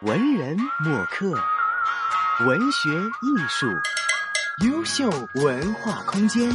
文人墨客，文学艺术，优秀文化空间。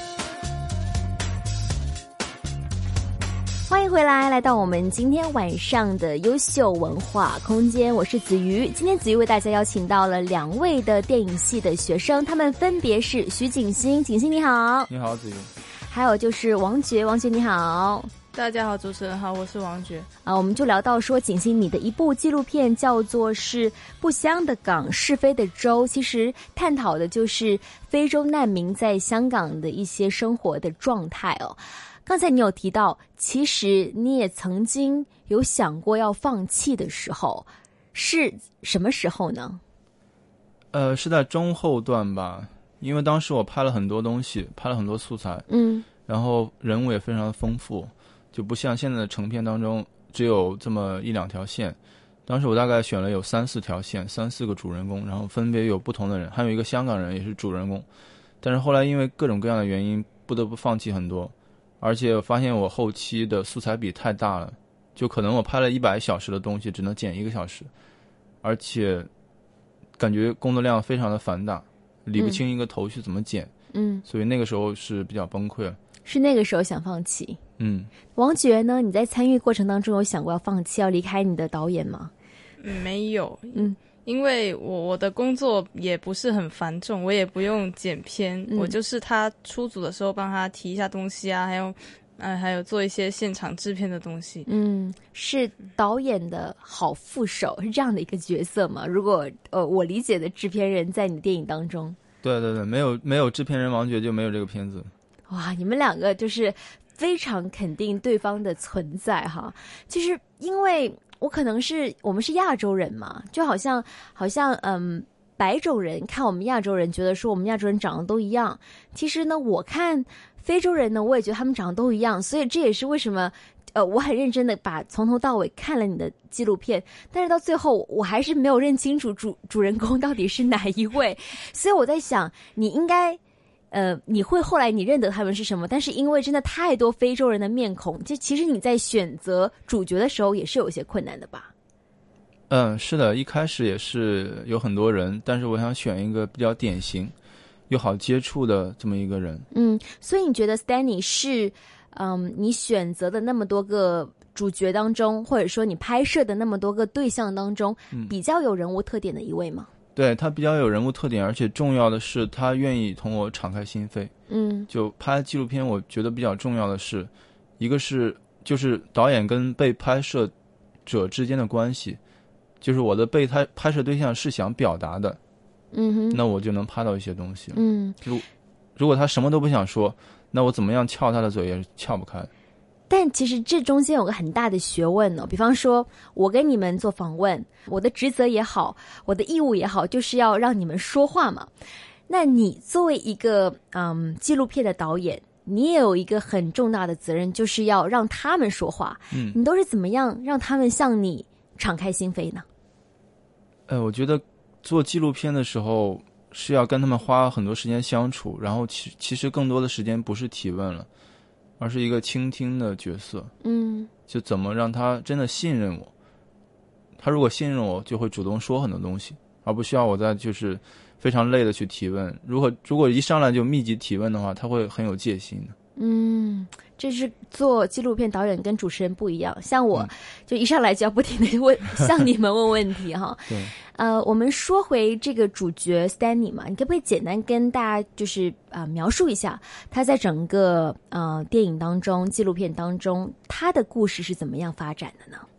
欢迎回来，来到我们今天晚上的优秀文化空间，我是子瑜。今天子瑜为大家邀请到了2位的电影系的学生，他们分别是徐景欣，景欣你好。 你好，子瑜。 还有就是王珏，王珏你好。 大家好，主持人好，我是王珏。 我们就聊到说，景欣你的一部纪录片叫做是《不香的港，是非的州》，其实探讨的就是非洲难民在香港的一些生活的状态哦。刚才你有提到，其实你也曾经有想过要放弃的时候，是什么时候呢？ 是在中后段吧，因为当时我拍了很多东西，拍了很多素材，然后人物也非常的丰富，就不像现在的成片当中只有这么1-2条线。当时我大概选了有3-4条线，3-4个主人公，然后分别有不同的人，还有一个香港人也是主人公。但是后来因为各种各样的原因，不得不放弃很多。而且我发现我后期的素材比太大了，就可能我拍了100小时的东西只能剪1个小时，而且感觉工作量非常的繁大，理不清一个头绪怎么剪，所以那个时候是比较崩溃了。 是那个时候想放弃。王珏呢？你在参与过程当中有想过要放弃，要离开你的导演吗？ 没有，因为我的工作也不是很繁重，我也不用剪片，我就是他出组的时候帮他提一下东西啊，还有做一些现场制片的东西。 是导演的好副手，是这样的一个角色吗？如果我理解的制片人在你电影当中。 对，没有制片人王珏就没有这个片子。 哇，你们2个就是非常肯定对方的存在哈。就是因为我们是亚洲人嘛，就好像白种人看我们亚洲人觉得说我们亚洲人长得都一样，其实呢我看非洲人呢我也觉得他们长得都一样，所以这也是为什么我很认真的从头到尾看了你的纪录片，但是到最后我还是没有认清楚主人公到底是哪一位。所以我在想你应该你会后来你认得他们是什么，但是因为真的太多非洲人的面孔，就其实你在选择主角的时候也是有一些困难的吧？ 是的，一开始也是有很多人，但是我想选一个比较典型又好接触的这么一个人。 所以你觉得 Stanley 是你选择的那么多个主角当中，或者说你拍摄的那么多个对象当中，比较有人物特点的一位吗？ 对，他比较有人物特点，而且重要的是他愿意同我敞开心扉。就拍纪录片我觉得比较重要的是，一个是就是导演跟被拍摄者之间的关系，就是我的被拍摄对象是想表达的，那我就能拍到一些东西。如果他什么都不想说，那我怎么样撬他的嘴也撬不开。 但其实这中间有个很大的学问哦，比方说我跟你们做访问，我的职责也好，我的义务也好，就是要让你们说话嘛。那你作为一个纪录片的导演，你也有一个很重大的责任，就是要让他们说话。你都是怎么样让他们向你敞开心扉呢？ 我觉得做纪录片的时候是要跟他们花很多时间相处，然后其实更多的时间不是提问了，而是一个倾听的角色。就怎么让他真的信任我，他如果信任我就会主动说很多东西，而不需要我再就是非常累的去提问。如果一上来就密集提问的话，他会很有戒心的。 这是做纪录片导演跟主持人不一样，像我就一上来就要不停的向你们问问题哈。 对， 我们说回这个主角 Stanley 嘛，你可不可以简单跟大家就是描述一下他在整个电影当中、纪录片当中他的故事是怎么样发展的呢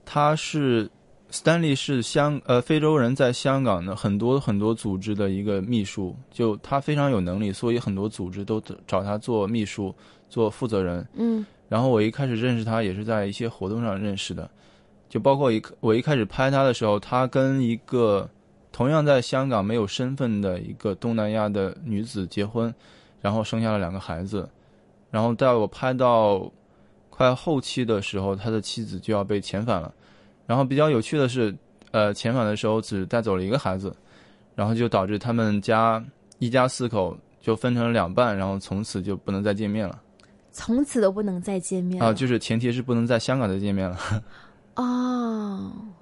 ？Stanley 是非洲人在香港的很多很多组织的一个秘书，就他非常有能力，所以很多组织都找他做秘书、做负责人。然后我一开始认识他也是在一些活动上认识的，就包括我一开始拍他的时候，他跟一个同样在香港没有身份的一个东南亚的女子结婚，然后生下了2个孩子。然后在我拍到快后期的时候，他的妻子就要被遣返了。然后比较有趣的是，遣返的时候只带走了1个孩子，然后就导致他们家一家4口就分成了2半，然后从此就不能再见面了。 从此都不能再见面了就是前提是不能在香港再见面了。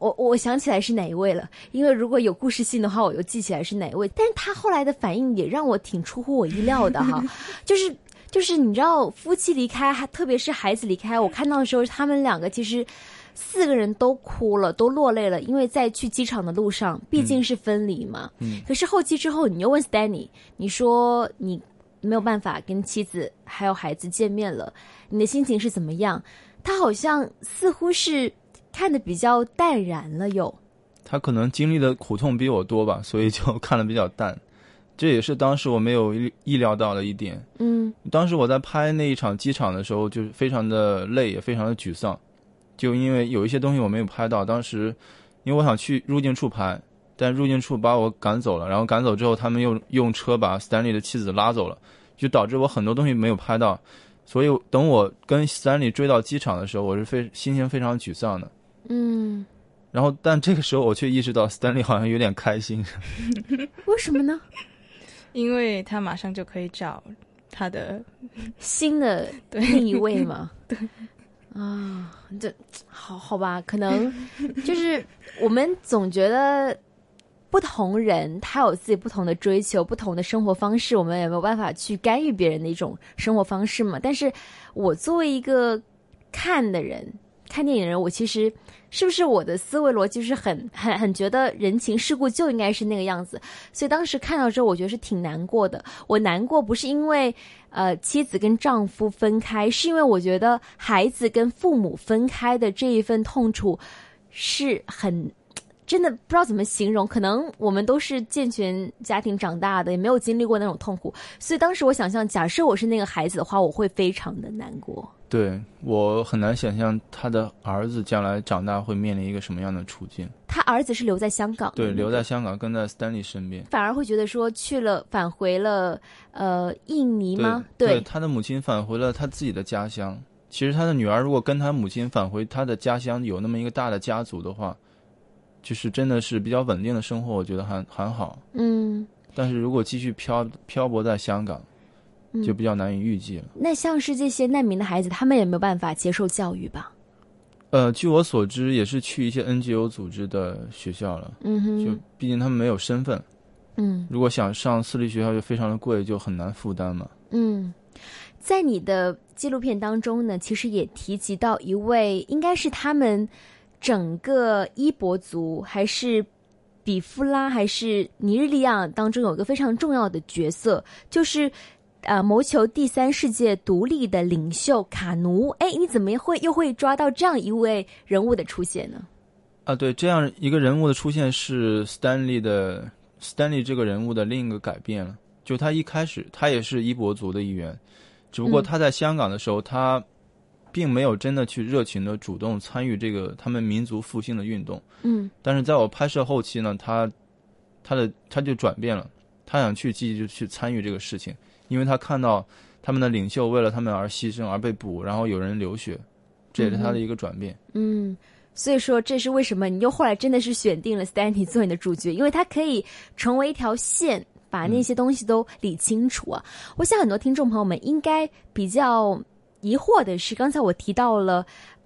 我想起来是哪一位了，因为如果有故事性的话，我就记起来是哪一位。但是他后来的反应也让我挺出乎我意料的哈，就是你知道，夫妻离开，还特别是孩子离开，我看到的时候，他们两个其实4个人都哭了，都落泪了，因为在去机场的路上，毕竟是分离嘛。可是后期之后，你又问 Stanley， 你说你没有办法跟妻子还有孩子见面了，你的心情是怎么样？他好像似乎是看得比较淡然了又。 他可能经历的苦痛比我多吧，所以就看得比较淡。这也是当时我没有意料到的一点。当时我在拍那一场机场的时候，就非常的累，也非常的沮丧，就因为有一些东西我没有拍到。当时因为我想去入境处拍，但入境处把我赶走了，然后赶走之后，他们又用车把 Stanley 的妻子拉走了，就导致我很多东西没有拍到。所以等我跟 Stanley 追到机场的时候，我是心情非常沮丧的。然后但这个时候我却意识到 Stanley 好像有点开心。 为什么呢？ 因为他马上就可以找他的新的另一位嘛。对啊，这好吧，可能就是我们总觉得不同人他有自己不同的追求，不同的生活方式，我们也没有办法去干预别人的一种生活方式嘛。但是我作为一个看电影的人，我其实是不是我的思维逻辑是很觉得人情世故就应该是那个样子，所以当时看到之后，我觉得是挺难过的。我难过不是因为妻子跟丈夫分开，是因为我觉得孩子跟父母分开的这一份痛楚是真的不知道怎么形容，可能我们都是健全家庭长大的，也没有经历过那种痛苦，所以当时我想象，假设我是那个孩子的话，我会非常的难过。 对，我很难想象他的儿子将来长大会面临一个什么样的处境。 他儿子是留在香港， 对，留在香港，跟在 Stanley 身边， 反而会觉得说返回了印尼吗？ 对，他的母亲返回了他自己的家乡。其实他的女儿如果跟他母亲返回他的家乡，有那么一个大的家族的话，就是真的是比较稳定的生活，我觉得还好。但是如果继续漂泊在香港，就比较难以预计了。 那像是这些难民的孩子，他们也没有办法接受教育吧？ 据我所知，也是去一些 NGO 组织的学校了。就毕竟他们没有身份。如果想上私立学校就非常的贵，就很难负担嘛。 在你的纪录片当中呢，其实也提及到一位，应该是他们整个伊博族还是比夫拉还是尼日利亚当中有一个非常重要的角色，就是谋求第3世界独立的领袖卡奴。你怎么又会抓到这样一位人物的出现呢？ 对，这样一个人物的出现是 Stanley 这个人物的另一个改变了。就他一开始他也是伊博族的一员，只不过他在香港的时候，他并没有真的去热情的主动参与这个他们民族复兴的运动。但是在我拍摄后期呢，他就转变了，他想积极去参与这个事情，因为他看到他们的领袖为了他们而牺牲而被捕，然后有人流血，这也是他的一个转变。 所以说这是为什么你又后来真的是选定了 Stanley 做你的主角，因为他可以成为一条线，把那些东西都理清楚啊。我想很多听众朋友们应该比较疑惑的是，刚才我提到了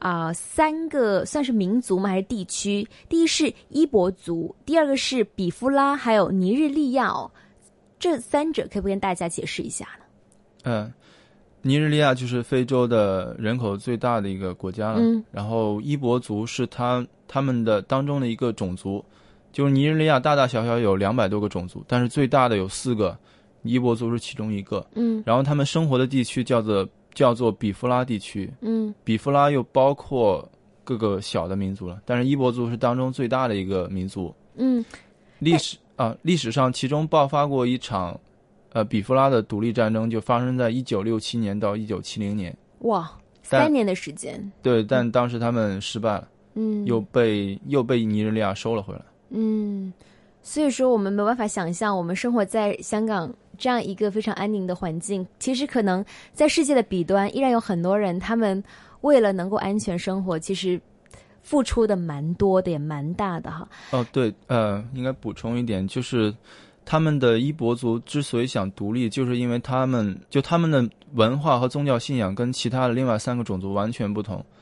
3个算是民族吗还是地区？第一是伊博族，第二个是比夫拉，还有尼日利亚这3者可不可以跟大家解释一下呢？ 尼日利亚就是非洲的人口最大的一个国家了。然后伊博族是他们的当中的一个种族，就是尼日利亚大大小小有200多个种族，但是最大的有4个，伊博族是其中一个。然后他们生活的地区叫做比夫拉地区。比夫拉又包括各个小的民族了，但是伊博族是当中最大的一个民族。历史上其中爆发过一场比夫拉的独立战争，就发生在1967年到1970年。 哇，3年的时间。 对，但当时他们失败了。又被尼日利亚收了回来。 所以说我们没办法想象，我们生活在香港这样一个非常安宁的环境，其实可能在世界的彼端依然有很多人，他们为了能够安全生活，其实付出的蛮多的，也蛮大的哈。 对，应该补充一点，就是他们的伊博族之所以想独立，就是因为他们的文化和宗教信仰跟其他的另外3个种族完全不同。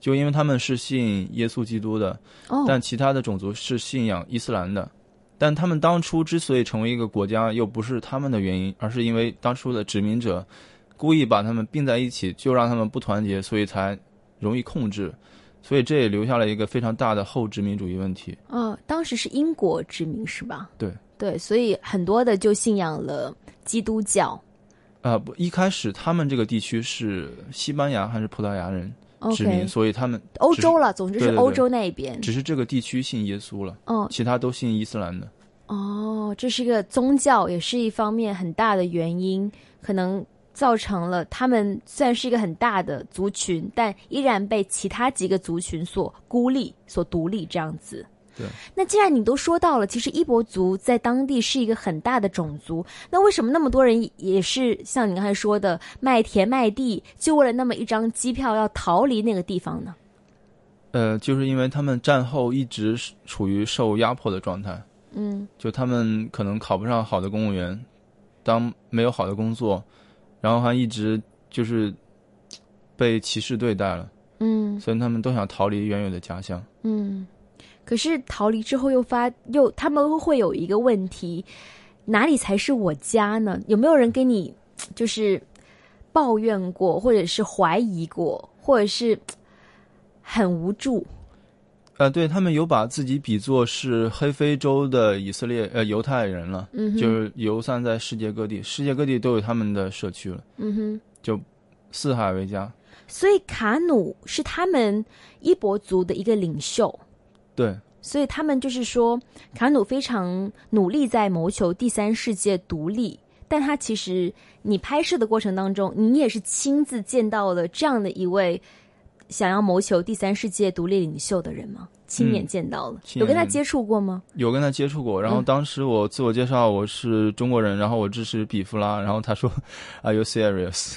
就因为他们是信耶稣基督的，但其他的种族是信仰伊斯兰的。但他们当初之所以成为一个国家，又不是他们的原因，而是因为当初的殖民者故意把他们并在一起，就让他们不团结，所以才容易控制。所以这也留下了一个非常大的后殖民主义问题。 当时是英国殖民是吧？ 对， 所以很多的就信仰了基督教。 不，一开始他们这个地区是西班牙还是葡萄牙人殖民，所以他们欧洲了，总之是欧洲那边。 只是这个地区信耶稣了，其他都信伊斯兰的。 这是一个宗教，也是一方面很大的原因，可能造成了他们虽然是一个很大的族群，但依然被其他几个族群所孤立、所独立这样子。 对。 那既然你都说到了，其实伊博族在当地是一个很大的种族，那为什么那么多人也是像你刚才说的卖田卖地，就为了那么一张机票要逃离那个地方呢？ 就是因为他们战后一直处于受压迫的状态。就他们可能考不上好的公务员，当没有好的工作，然后还一直就是被歧视对待了。所以他们都想逃离原有的家乡。 可是逃离之后他们会有一个问题，哪里才是我家呢？有没有人跟你就是抱怨过，或者是怀疑过，或者是很无助？ 对，他们有把自己比作是黑非洲的犹太人了，就是游散在世界各地，世界各地都有他们的社区了。就四海为家。所以卡努是他们伊博族的一个领袖。 对， 所以他们就是说，卡努非常努力在谋求第三世界独立，但他其实你拍摄的过程当中，你也是亲自见到了这样的一位想要谋求第三世界独立领袖的人吗？亲眼见到了，有跟他接触过吗？ 有跟他接触过，然后当时我自我介绍我是中国人，然后我支持比夫拉，然后他说 Are you serious？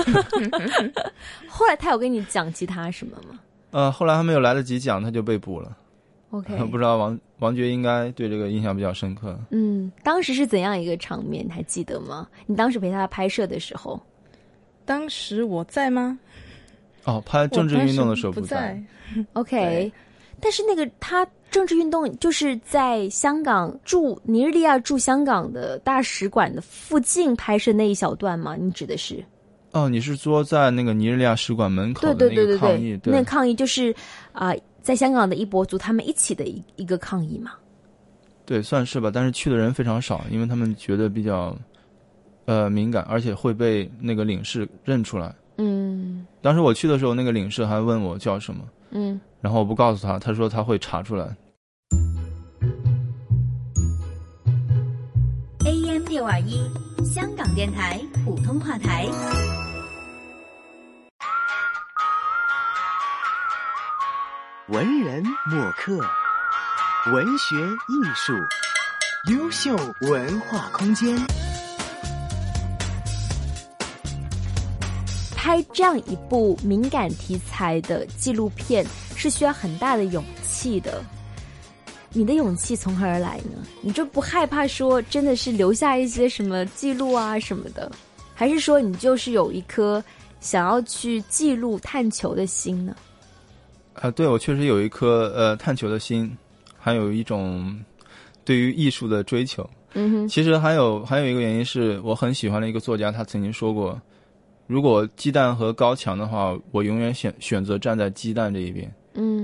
后来他有跟你讲其他什么吗？ 后来还没有来得及讲，他就被捕了。 OK， 不知道王爵应该对这个印象比较深刻。 当时是怎样一个场面，你还记得吗？你当时陪他拍摄的时候。 当时我在吗？ 拍政治运动的时候不在。 OK， 但是那个他政治运动就是在香港尼日利亚驻香港的大使馆的附近拍摄那一小段吗？你指的是？ 你是说在那个尼日利亚使馆门口的那个抗议？ 对，那个抗议就是在香港的伊博族他们一起的一个抗议嘛。 对，算是吧，但是去的人非常少，因为他们觉得比较敏感，而且会被那个领事认出来。当时我去的时候，那个领事还问我叫什么，然后我不告诉他，他说他会查出来。 AM 621香港电台普通话台。 文人墨客，文学艺术，优秀文化空间。 拍这样一部敏感题材的纪录片是需要很大的勇气的。你的勇气从何而来呢？你就不害怕说真的是留下一些什么记录啊什么的，还是说你就是有一颗想要去记录探求的心呢？ 对，我确实有一颗探求的心，还有一种对于艺术的追求。其实还有一个原因是我很喜欢的一个作家，他曾经说过，如果鸡蛋和高墙的话，我永远选择站在鸡蛋这一边。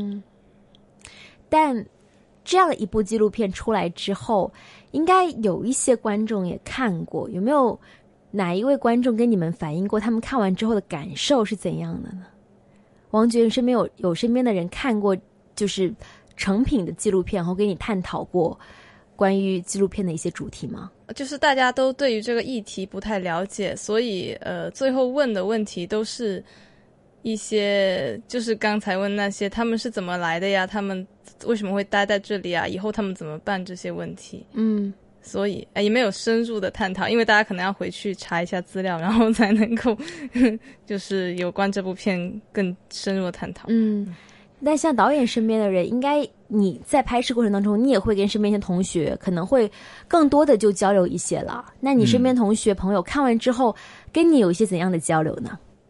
但这样一部纪录片出来之后，应该有一些观众也看过，有没有哪一位观众跟你们反映过他们看完之后的感受是怎样的呢？王爵身边有身边的人看过就是成品的纪录片，然后跟你探讨过关于纪录片的一些主题吗？ 就是大家都对于这个议题不太了解，所以最后问的问题都是一些就是刚才问那些他们是怎么来的呀，他们为什么会待在这里啊，以后他们怎么办这些问题。所以也没有深入的探讨，因为大家可能要回去查一下资料，然后才能够就是有关这部片更深入的探讨。 但像导演身边的人，应该你在拍摄过程当中，你也会跟身边一些同学可能会更多的就交流一些了。那你身边同学朋友看完之后跟你有一些怎样的交流呢？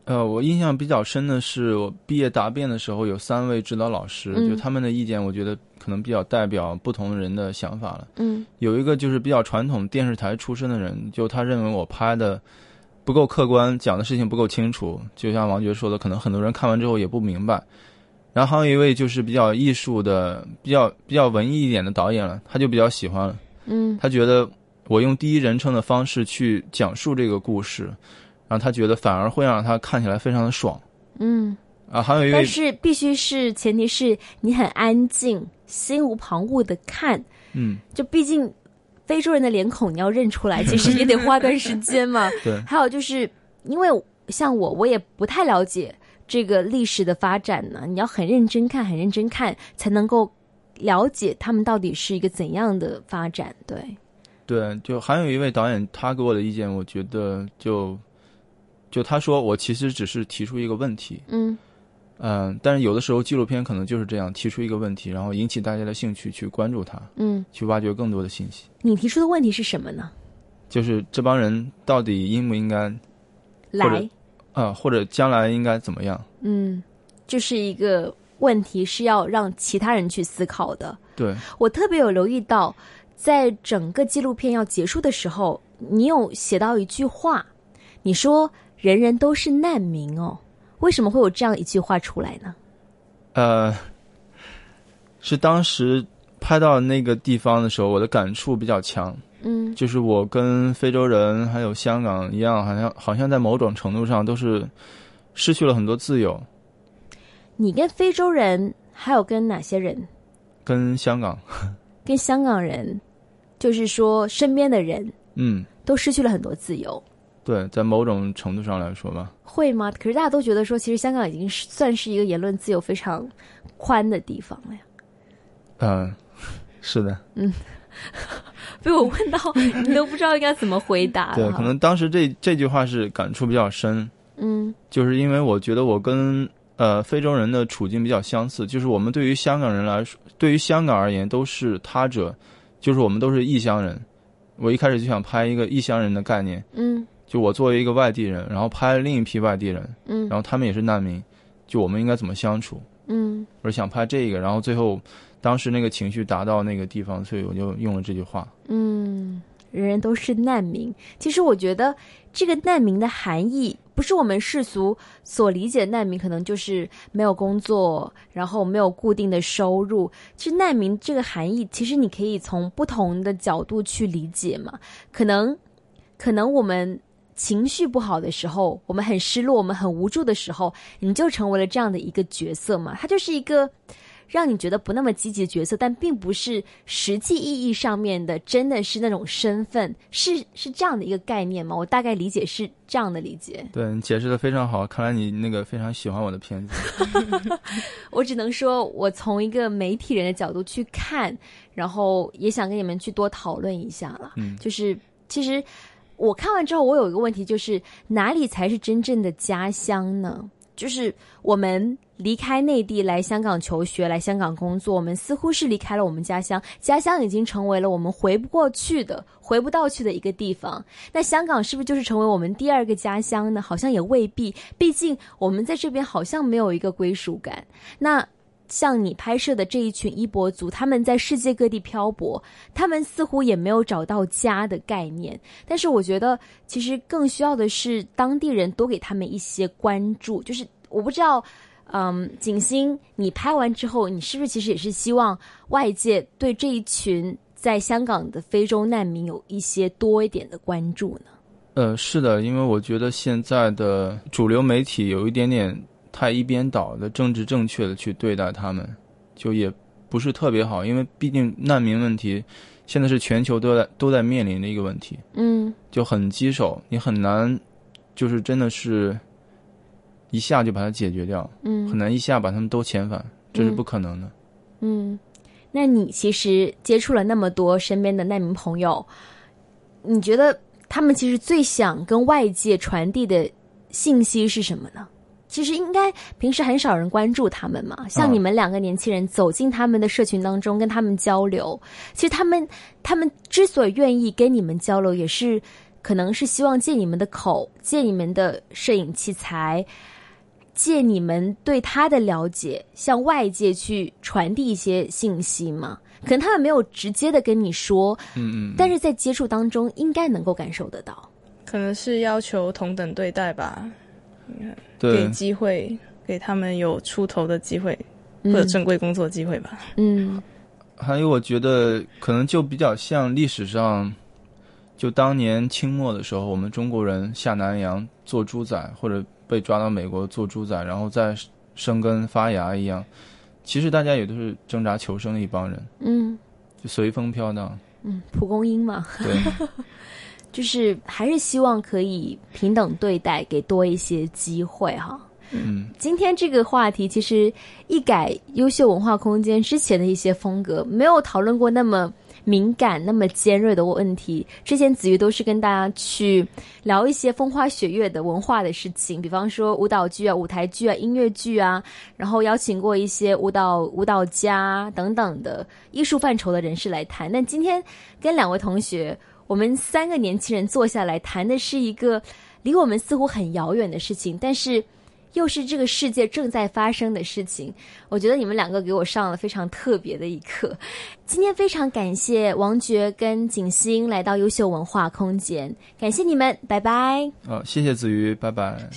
我印象比较深的是，我毕业答辩的时候有3位指导老师，就他们的意见，我觉得可能比较代表不同人的想法了。有一个就是比较传统电视台出身的人，就他认为我拍的不够客观，讲的事情不够清楚，就像王珏说的，可能很多人看完之后也不明白。然后还有一位就是比较艺术的、比较文艺一点的导演了，他就比较喜欢了。他觉得我用第一人称的方式去讲述这个故事。然后他觉得反而会让他看起来非常的爽。还有一位， 但是必须是前提是你很安静，心无旁骛的看。就毕竟非洲人的脸孔你要认出来，其实也得花段时间嘛。 对。 还有就是因为像我也不太了解这个历史的发展呢，你要很认真看，很认真看，才能够了解他们到底是一个怎样的发展。对， 就还有一位导演，他给我的意见，我觉得就他说我其实只是提出一个问题，但是有的时候纪录片可能就是这样，提出一个问题，然后引起大家的兴趣去关注它，去挖掘更多的信息。 你提出的问题是什么呢？ 就是这帮人到底应不应该来， 或者将来应该怎么样？ 就是一个问题是要让其他人去思考的。 对， 我特别有留意到，在整个纪录片要结束的时候，你有写到一句话，你说人人都是难民哦，为什么会有这样一句话出来呢？ 是当时拍到那个地方的时候，我的感触比较强。就是我跟非洲人还有香港一样，好像在某种程度上都是失去了很多自由。 你跟非洲人还有跟哪些人？ 跟香港。 跟香港人，就是说身边的人，都失去了很多自由。 对，在某种程度上来说吧。 会吗？可是大家都觉得说，其实香港已经算是一个言论自由非常宽的地方了呀。 是的。 被我问到，你都不知道应该怎么回答了。 对，可能当时这句话是感触比较深。就是因为我觉得我跟非洲人的处境比较相似，就是我们对于香港人来说，对于香港而言都是他者，就是我们都是异乡人。我一开始就想拍一个异乡人的概念。就我作为一个外地人，然后拍另一批外地人，然后他们也是难民，就我们应该怎么相处？我想拍这个，然后最后当时那个情绪达到那个地方，所以我就用了这句话。 人人都是难民。其实我觉得这个难民的含义，不是我们世俗所理解的难民，可能就是没有工作，然后没有固定的收入。其实难民这个含义，其实你可以从不同的角度去理解嘛。可能我们情绪不好的时候，我们很失落，我们很无助的时候，你就成为了这样的一个角色嘛。它就是一个让你觉得不那么积极的角色，但并不是实际意义上面的真的是那种身份，是这样的一个概念吗？我大概理解是这样的理解。 对，你解释的非常好，看来你那个非常喜欢我的片子。 我只能说我从一个媒体人的角度去看，然后也想跟你们去多讨论一下了。就是其实我看完之后，我有一个问题，就是哪里才是真正的家乡呢？就是我们离开内地来香港求学，来香港工作，我们似乎是离开了我们家乡，家乡已经成为了我们回不到去的一个地方。那香港是不是就是成为我们第二个家乡呢？好像也未必，毕竟我们在这边好像没有一个归属感。那像你拍摄的这一群伊博族，他们在世界各地漂泊，他们似乎也没有找到家的概念。但是我觉得其实更需要的是当地人多给他们一些关注。就是我不知道景欣，你拍完之后，你是不是其实也是希望外界对这一群在香港的非洲难民有一些多一点的关注呢？ 是的，因为我觉得现在的主流媒体有一点点太一边倒的政治正确的去对待他们，就也不是特别好。因为毕竟难民问题现在是全球都在面临的一个问题。就很棘手，你很难就是真的是一下就把它解决掉。很难一下把他们都遣返，这是不可能的。 那你其实接触了那么多身边的难民朋友，你觉得他们其实最想跟外界传递的信息是什么呢？其实应该平时很少人关注他们嘛，像你们两个年轻人走进他们的社群当中跟他们交流，其实他们之所以愿意跟你们交流，也是可能是希望借你们的口，借你们的摄影器材，借你们对他的了解，向外界去传递一些信息嘛。可能他们没有直接的跟你说，但是在接触当中应该能够感受得到。 可能是要求同等对待吧， 对， 给机会，给他们有出头的机会，或者正规工作机会吧。 还有我觉得可能就比较像历史上，就当年清末的时候，我们中国人下南洋做猪仔，或者被抓到美国做猪仔，然后再生根发芽一样。其实大家也都是挣扎求生的一帮人，就随风飘荡， 蒲公英嘛， 对， 就是还是希望可以平等对待，给多一些机会哈。今天这个话题其实一改优秀文化空间之前的一些风格，没有讨论过那么敏感那么尖锐的问题。之前子瑜都是跟大家去聊一些风花雪月的文化的事情，比方说舞蹈剧啊、舞台剧啊、音乐剧啊，然后邀请过一些舞蹈家等等的艺术范畴的人士来谈。但今天跟两位同学，我们3个年轻人坐下来谈的是一个离我们似乎很遥远的事情，但是又是这个世界正在发生的事情。我觉得你们2个给我上了非常特别的一课。今天非常感谢王珏跟景欣来到优秀文化空间，感谢你们，拜拜。 谢谢子瑜，拜拜。